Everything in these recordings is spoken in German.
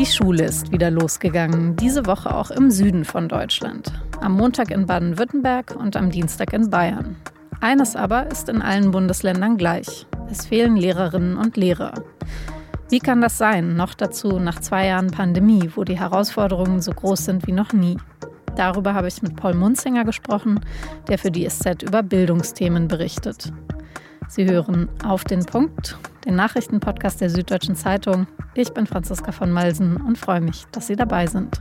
Die Schule ist wieder losgegangen, diese Woche auch im Süden von Deutschland. Am Montag in Baden-Württemberg und am Dienstag in Bayern. Eines aber ist in allen Bundesländern gleich. Es fehlen Lehrerinnen und Lehrer. Wie kann das sein? Noch dazu nach 2 Jahren Pandemie, wo die Herausforderungen so groß sind wie noch nie. Darüber habe ich mit Paul Munzinger gesprochen, der für die SZ über Bildungsthemen berichtet. Sie hören Auf den Punkt, den Nachrichtenpodcast der Süddeutschen Zeitung. Ich bin Franziska von Malsen und freue mich, dass Sie dabei sind.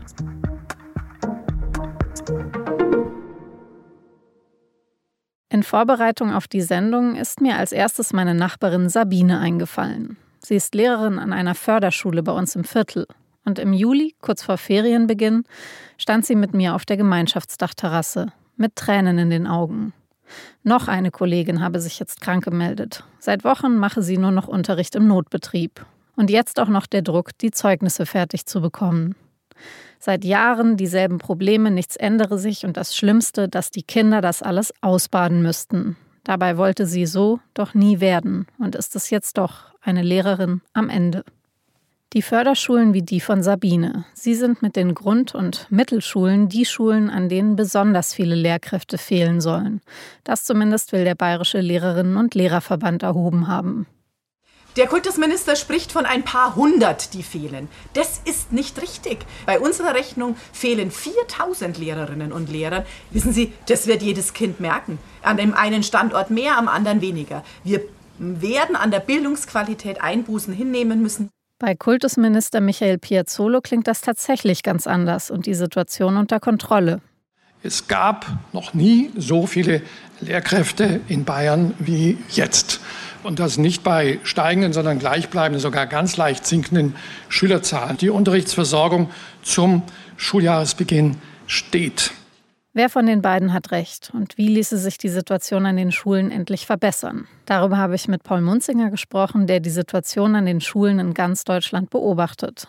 In Vorbereitung auf die Sendung ist mir als erstes meine Nachbarin Sabine eingefallen. Sie ist Lehrerin an einer Förderschule bei uns im Viertel. Und im Juli, kurz vor Ferienbeginn, stand sie mit mir auf der Gemeinschaftsdachterrasse, mit Tränen in den Augen. Noch eine Kollegin habe sich jetzt krank gemeldet. Seit Wochen mache sie nur noch Unterricht im Notbetrieb. Und jetzt auch noch der Druck, die Zeugnisse fertig zu bekommen. Seit Jahren dieselben Probleme, nichts ändere sich und das Schlimmste, dass die Kinder das alles ausbaden müssten. Dabei wollte sie so doch nie werden und ist es jetzt doch eine Lehrerin am Ende. Die Förderschulen wie die von Sabine. Sie sind mit den Grund- und Mittelschulen die Schulen, an denen besonders viele Lehrkräfte fehlen sollen. Das zumindest will der Bayerische Lehrerinnen- und Lehrerverband erhoben haben. Der Kultusminister spricht von ein paar hundert, die fehlen. Das ist nicht richtig. Bei unserer Rechnung fehlen 4000 Lehrerinnen und Lehrer. Wissen Sie, das wird jedes Kind merken. An dem einen Standort mehr, am anderen weniger. Wir werden an der Bildungsqualität Einbußen hinnehmen müssen. Bei Kultusminister Michael Piazzolo klingt das tatsächlich ganz anders und die Situation unter Kontrolle. Es gab noch nie so viele Lehrkräfte in Bayern wie jetzt. Und das nicht bei steigenden, sondern gleichbleibenden, sogar ganz leicht sinkenden Schülerzahlen. Die Unterrichtsversorgung zum Schuljahresbeginn steht. Wer von den beiden hat recht und wie ließe sich die Situation an den Schulen endlich verbessern? Darüber habe ich mit Paul Munzinger gesprochen, der die Situation an den Schulen in ganz Deutschland beobachtet.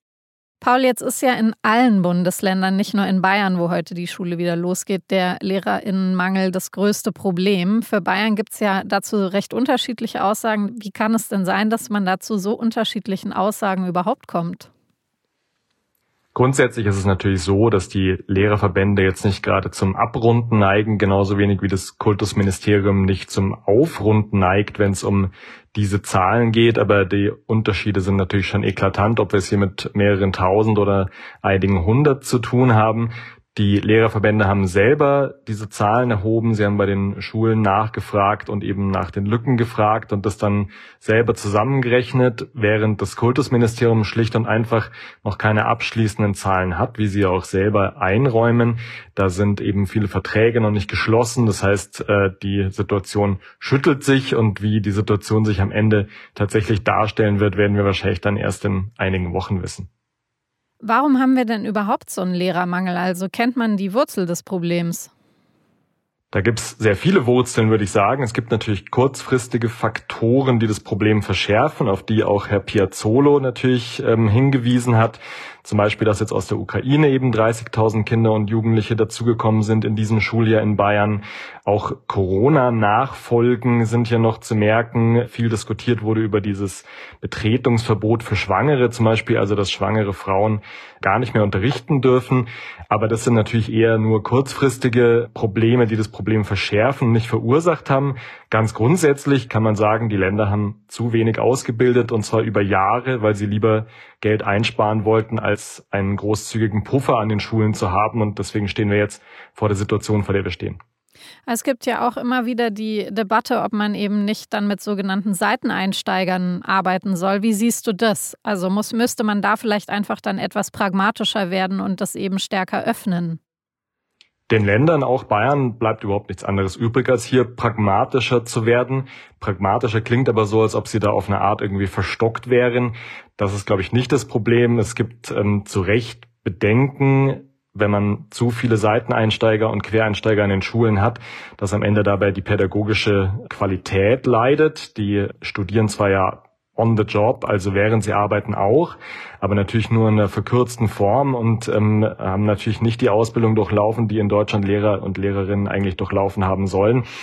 Paul, jetzt ist ja in allen Bundesländern, nicht nur in Bayern, wo heute die Schule wieder losgeht, der Lehrerinnenmangel das größte Problem. Für Bayern gibt es ja dazu recht unterschiedliche Aussagen. Wie kann es denn sein, dass man dazu so unterschiedlichen Aussagen überhaupt kommt? Grundsätzlich ist es natürlich so, dass die Lehrerverbände jetzt nicht gerade zum Abrunden neigen, genauso wenig wie das Kultusministerium nicht zum Aufrunden neigt, wenn es um diese Zahlen geht. Aber die Unterschiede sind natürlich schon eklatant, ob wir es hier mit mehreren tausend oder einigen hundert zu tun haben. Die Lehrerverbände haben selber diese Zahlen erhoben. Sie haben bei den Schulen nachgefragt und eben nach den Lücken gefragt und das dann selber zusammengerechnet, während das Kultusministerium schlicht und einfach noch keine abschließenden Zahlen hat, wie sie auch selber einräumen. Da sind eben viele Verträge noch nicht geschlossen. Das heißt, die Situation schüttelt sich und wie die Situation sich am Ende tatsächlich darstellen wird, werden wir wahrscheinlich dann erst in einigen Wochen wissen. Warum haben wir denn überhaupt so einen Lehrermangel? Also kennt man die Wurzel des Problems? Da gibt's sehr viele Wurzeln, würde ich sagen. Es gibt natürlich kurzfristige Faktoren, die das Problem verschärfen, auf die auch Herr Piazzolo natürlich hingewiesen hat. Zum Beispiel, dass jetzt aus der Ukraine eben 30.000 Kinder und Jugendliche dazugekommen sind in diesem Schuljahr in Bayern. Auch Corona-Nachfolgen sind hier noch zu merken. Viel diskutiert wurde über dieses Betretungsverbot für Schwangere zum Beispiel, also dass schwangere Frauen gar nicht mehr unterrichten dürfen. Aber das sind natürlich eher nur kurzfristige Probleme, die das Problem verschärfen und nicht verursacht haben. Ganz grundsätzlich kann man sagen, die Länder haben zu wenig ausgebildet und zwar über Jahre, weil sie lieber Geld einsparen wollten, als einen großzügigen Puffer an den Schulen zu haben. Und deswegen stehen wir jetzt vor der Situation, vor der wir stehen. Es gibt ja auch immer wieder die Debatte, ob man eben nicht dann mit sogenannten Seiteneinsteigern arbeiten soll. Wie siehst du das? Also müsste man da vielleicht einfach dann etwas pragmatischer werden und das eben stärker öffnen? Den Ländern, auch Bayern, bleibt überhaupt nichts anderes übrig, als hier pragmatischer zu werden. Pragmatischer klingt aber so, als ob sie da auf eine Art irgendwie verstockt wären. Das ist, glaube ich, nicht das Problem. Es gibt zu Recht Bedenken, wenn man zu viele Seiteneinsteiger und Quereinsteiger in den Schulen hat, dass am Ende dabei die pädagogische Qualität leidet. Die studieren zwar ja on the job, also während sie arbeiten auch, aber natürlich nur in einer verkürzten Form und haben natürlich nicht die Ausbildung durchlaufen, die in Deutschland Lehrer und Lehrerinnen eigentlich durchlaufen haben sollen.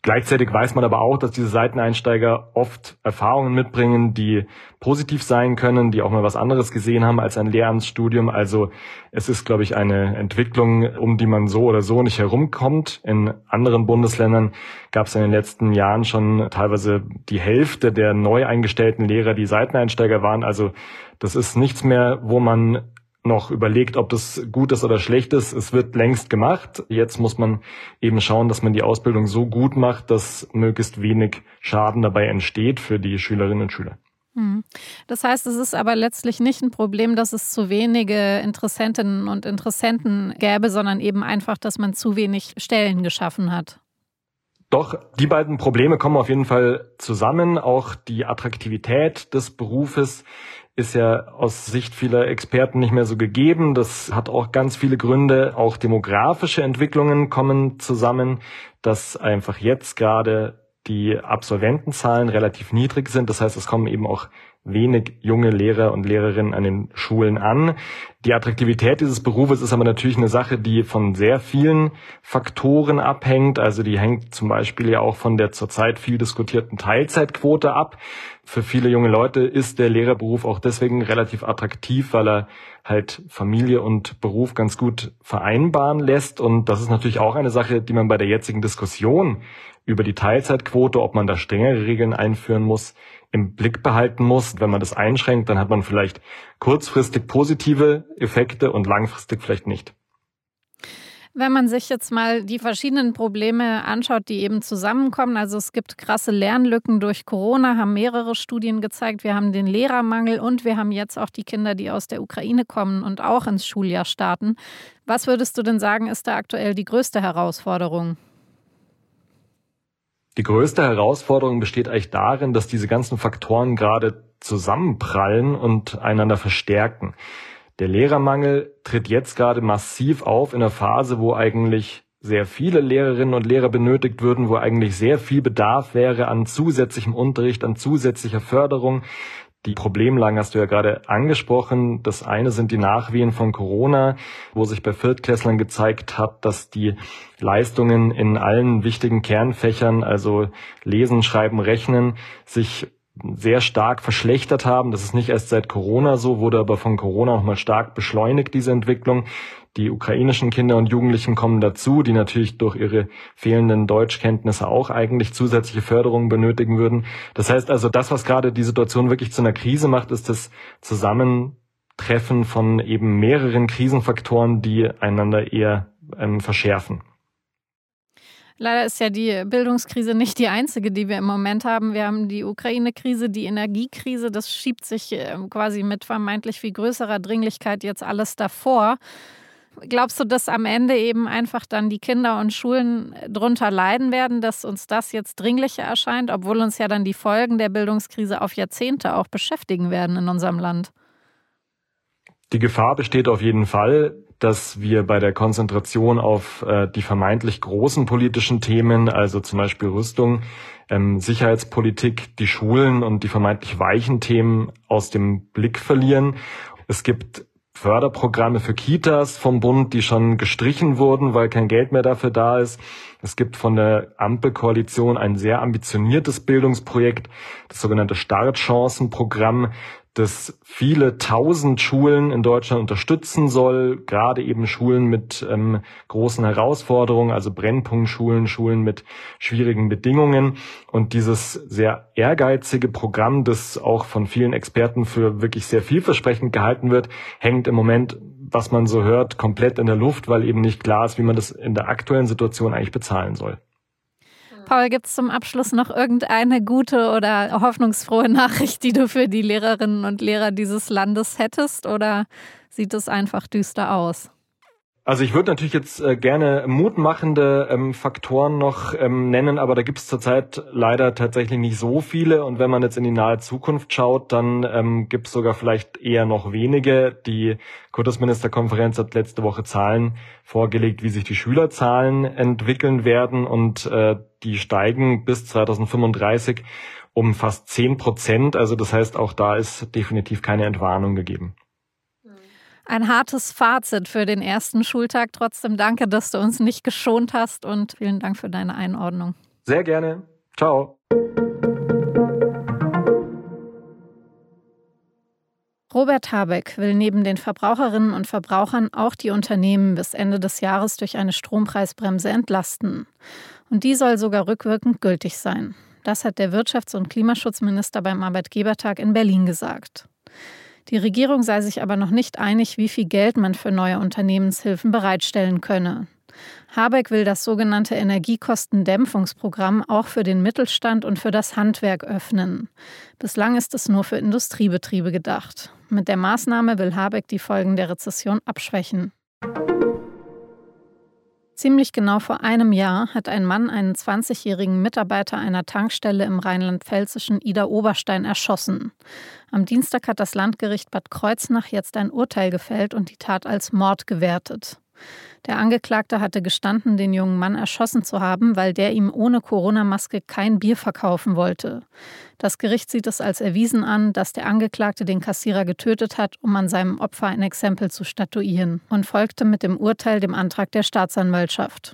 Gleichzeitig weiß man aber auch, dass diese Seiteneinsteiger oft Erfahrungen mitbringen, die positiv sein können, die auch mal was anderes gesehen haben als ein Lehramtsstudium. Also es ist, glaube ich, eine Entwicklung, um die man so oder so nicht herumkommt. In anderen Bundesländern gab es in den letzten Jahren schon teilweise die Hälfte der neu eingestellten Lehrer, die Seiteneinsteiger waren. Also das ist nichts mehr, wo man noch überlegt, ob das gut ist oder schlecht ist. Es wird längst gemacht. Jetzt muss man eben schauen, dass man die Ausbildung so gut macht, dass möglichst wenig Schaden dabei entsteht für die Schülerinnen und Schüler. Das heißt, es ist aber letztlich nicht ein Problem, dass es zu wenige Interessentinnen und Interessenten gäbe, sondern eben einfach, dass man zu wenig Stellen geschaffen hat. Doch, die beiden Probleme kommen auf jeden Fall zusammen. Auch die Attraktivität des Berufes ist ja aus Sicht vieler Experten nicht mehr so gegeben. Das hat auch ganz viele Gründe. Auch demografische Entwicklungen kommen zusammen, dass einfach jetzt gerade die Absolventenzahlen relativ niedrig sind. Das heißt, es kommen eben auch wenig junge Lehrer und Lehrerinnen an den Schulen an. Die Attraktivität dieses Berufes ist aber natürlich eine Sache, die von sehr vielen Faktoren abhängt. Also die hängt zum Beispiel ja auch von der zurzeit viel diskutierten Teilzeitquote ab. Für viele junge Leute ist der Lehrerberuf auch deswegen relativ attraktiv, weil er halt Familie und Beruf ganz gut vereinbaren lässt. Und das ist natürlich auch eine Sache, die man bei der jetzigen Diskussion über die Teilzeitquote, ob man da strengere Regeln einführen muss, im Blick behalten muss. Wenn man das einschränkt, dann hat man vielleicht kurzfristig positive Effekte und langfristig vielleicht nicht. Wenn man sich jetzt mal die verschiedenen Probleme anschaut, die eben zusammenkommen, also es gibt krasse Lernlücken durch Corona, haben mehrere Studien gezeigt. Wir haben den Lehrermangel und wir haben jetzt auch die Kinder, die aus der Ukraine kommen und auch ins Schuljahr starten. Was würdest du denn sagen, ist da aktuell die größte Herausforderung? Die größte Herausforderung besteht eigentlich darin, dass diese ganzen Faktoren gerade zusammenprallen und einander verstärken. Der Lehrermangel tritt jetzt gerade massiv auf in einer Phase, wo eigentlich sehr viele Lehrerinnen und Lehrer benötigt würden, wo eigentlich sehr viel Bedarf wäre an zusätzlichem Unterricht, an zusätzlicher Förderung. Die Problemlagen hast du ja gerade angesprochen. Das eine sind die Nachwehen von Corona, wo sich bei Viertklässlern gezeigt hat, dass die Leistungen in allen wichtigen Kernfächern, also Lesen, Schreiben, Rechnen, sich sehr stark verschlechtert haben. Das ist nicht erst seit Corona so, wurde aber von Corona nochmal stark beschleunigt, diese Entwicklung. Die ukrainischen Kinder und Jugendlichen kommen dazu, die natürlich durch ihre fehlenden Deutschkenntnisse auch eigentlich zusätzliche Förderungen benötigen würden. Das heißt also, das, was gerade die Situation wirklich zu einer Krise macht, ist das Zusammentreffen von eben mehreren Krisenfaktoren, die einander eher verschärfen. Leider ist ja die Bildungskrise nicht die einzige, die wir im Moment haben. Wir haben die Ukraine-Krise, die Energiekrise. Das schiebt sich quasi mit vermeintlich viel größerer Dringlichkeit jetzt alles davor. Glaubst du, dass am Ende eben einfach dann die Kinder und Schulen drunter leiden werden, dass uns das jetzt dringlicher erscheint, obwohl uns ja dann die Folgen der Bildungskrise auf Jahrzehnte auch beschäftigen werden in unserem Land? Die Gefahr besteht auf jeden Fall, dass wir bei der Konzentration auf die vermeintlich großen politischen Themen, also zum Beispiel Rüstung, Sicherheitspolitik, die Schulen und die vermeintlich weichen Themen aus dem Blick verlieren. Es gibt Förderprogramme für Kitas vom Bund, die schon gestrichen wurden, weil kein Geld mehr dafür da ist. Es gibt von der Ampelkoalition ein sehr ambitioniertes Bildungsprojekt, das sogenannte Startchancenprogramm, das viele tausend Schulen in Deutschland unterstützen soll, gerade eben Schulen mit großen Herausforderungen, also Brennpunktschulen, Schulen mit schwierigen Bedingungen. Und dieses sehr ehrgeizige Programm, das auch von vielen Experten für wirklich sehr vielversprechend gehalten wird, hängt im Moment, was man so hört, komplett in der Luft, weil eben nicht klar ist, wie man das in der aktuellen Situation eigentlich bezahlen soll. Paul, gibt es zum Abschluss noch irgendeine gute oder hoffnungsfrohe Nachricht, die du für die Lehrerinnen und Lehrer dieses Landes hättest, oder sieht es einfach düster aus? Also ich würde natürlich jetzt gerne mutmachende Faktoren noch nennen, aber da gibt es zurzeit leider tatsächlich nicht so viele. Und wenn man jetzt in die nahe Zukunft schaut, dann gibt es sogar vielleicht eher noch wenige. Die Kultusministerkonferenz hat letzte Woche Zahlen vorgelegt, wie sich die Schülerzahlen entwickeln werden. Und die steigen bis 2035 um fast 10%. Also das heißt, auch da ist definitiv keine Entwarnung gegeben. Ein hartes Fazit für den ersten Schultag. Trotzdem danke, dass du uns nicht geschont hast und vielen Dank für deine Einordnung. Sehr gerne. Ciao. Robert Habeck will neben den Verbraucherinnen und Verbrauchern auch die Unternehmen bis Ende des Jahres durch eine Strompreisbremse entlasten. Und die soll sogar rückwirkend gültig sein. Das hat der Wirtschafts- und Klimaschutzminister beim Arbeitgebertag in Berlin gesagt. Die Regierung sei sich aber noch nicht einig, wie viel Geld man für neue Unternehmenshilfen bereitstellen könne. Habeck will das sogenannte Energiekostendämpfungsprogramm auch für den Mittelstand und für das Handwerk öffnen. Bislang ist es nur für Industriebetriebe gedacht. Mit der Maßnahme will Habeck die Folgen der Rezession abschwächen. Ziemlich genau vor einem Jahr hat ein Mann einen 20-jährigen Mitarbeiter einer Tankstelle im rheinland-pfälzischen Idar-Oberstein erschossen. Am Dienstag hat das Landgericht Bad Kreuznach jetzt ein Urteil gefällt und die Tat als Mord gewertet. Der Angeklagte hatte gestanden, den jungen Mann erschossen zu haben, weil der ihm ohne Corona-Maske kein Bier verkaufen wollte. Das Gericht sieht es als erwiesen an, dass der Angeklagte den Kassierer getötet hat, um an seinem Opfer ein Exempel zu statuieren, und folgte mit dem Urteil dem Antrag der Staatsanwaltschaft.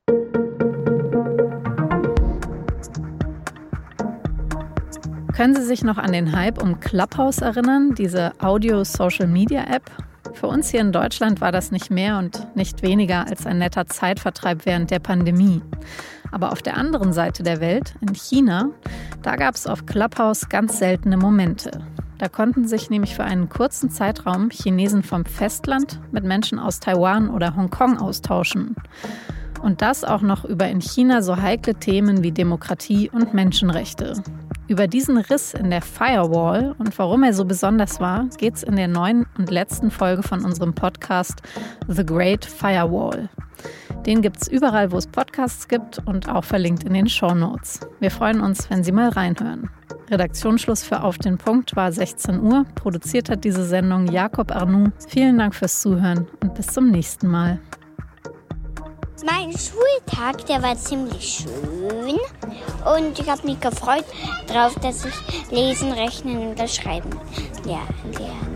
Können Sie sich noch an den Hype um Clubhouse erinnern, diese Audio-Social-Media-App? Für uns hier in Deutschland war das nicht mehr und nicht weniger als ein netter Zeitvertreib während der Pandemie. Aber auf der anderen Seite der Welt, in China, da gab es auf Clubhouse ganz seltene Momente. Da konnten sich nämlich für einen kurzen Zeitraum Chinesen vom Festland mit Menschen aus Taiwan oder Hongkong austauschen. Und das auch noch über in China so heikle Themen wie Demokratie und Menschenrechte. Über diesen Riss in der Firewall und warum er so besonders war, geht's in der 9. und letzten Folge von unserem Podcast The Great Firewall. Den gibt's überall, wo es Podcasts gibt und auch verlinkt in den Shownotes. Wir freuen uns, wenn Sie mal reinhören. Redaktionsschluss für Auf den Punkt war 16 Uhr. Produziert hat diese Sendung Jakob Arnoux. Vielen Dank fürs Zuhören und bis zum nächsten Mal. Mein Schultag, der war ziemlich schön und ich habe mich gefreut darauf, dass ich lesen, rechnen und schreiben lernen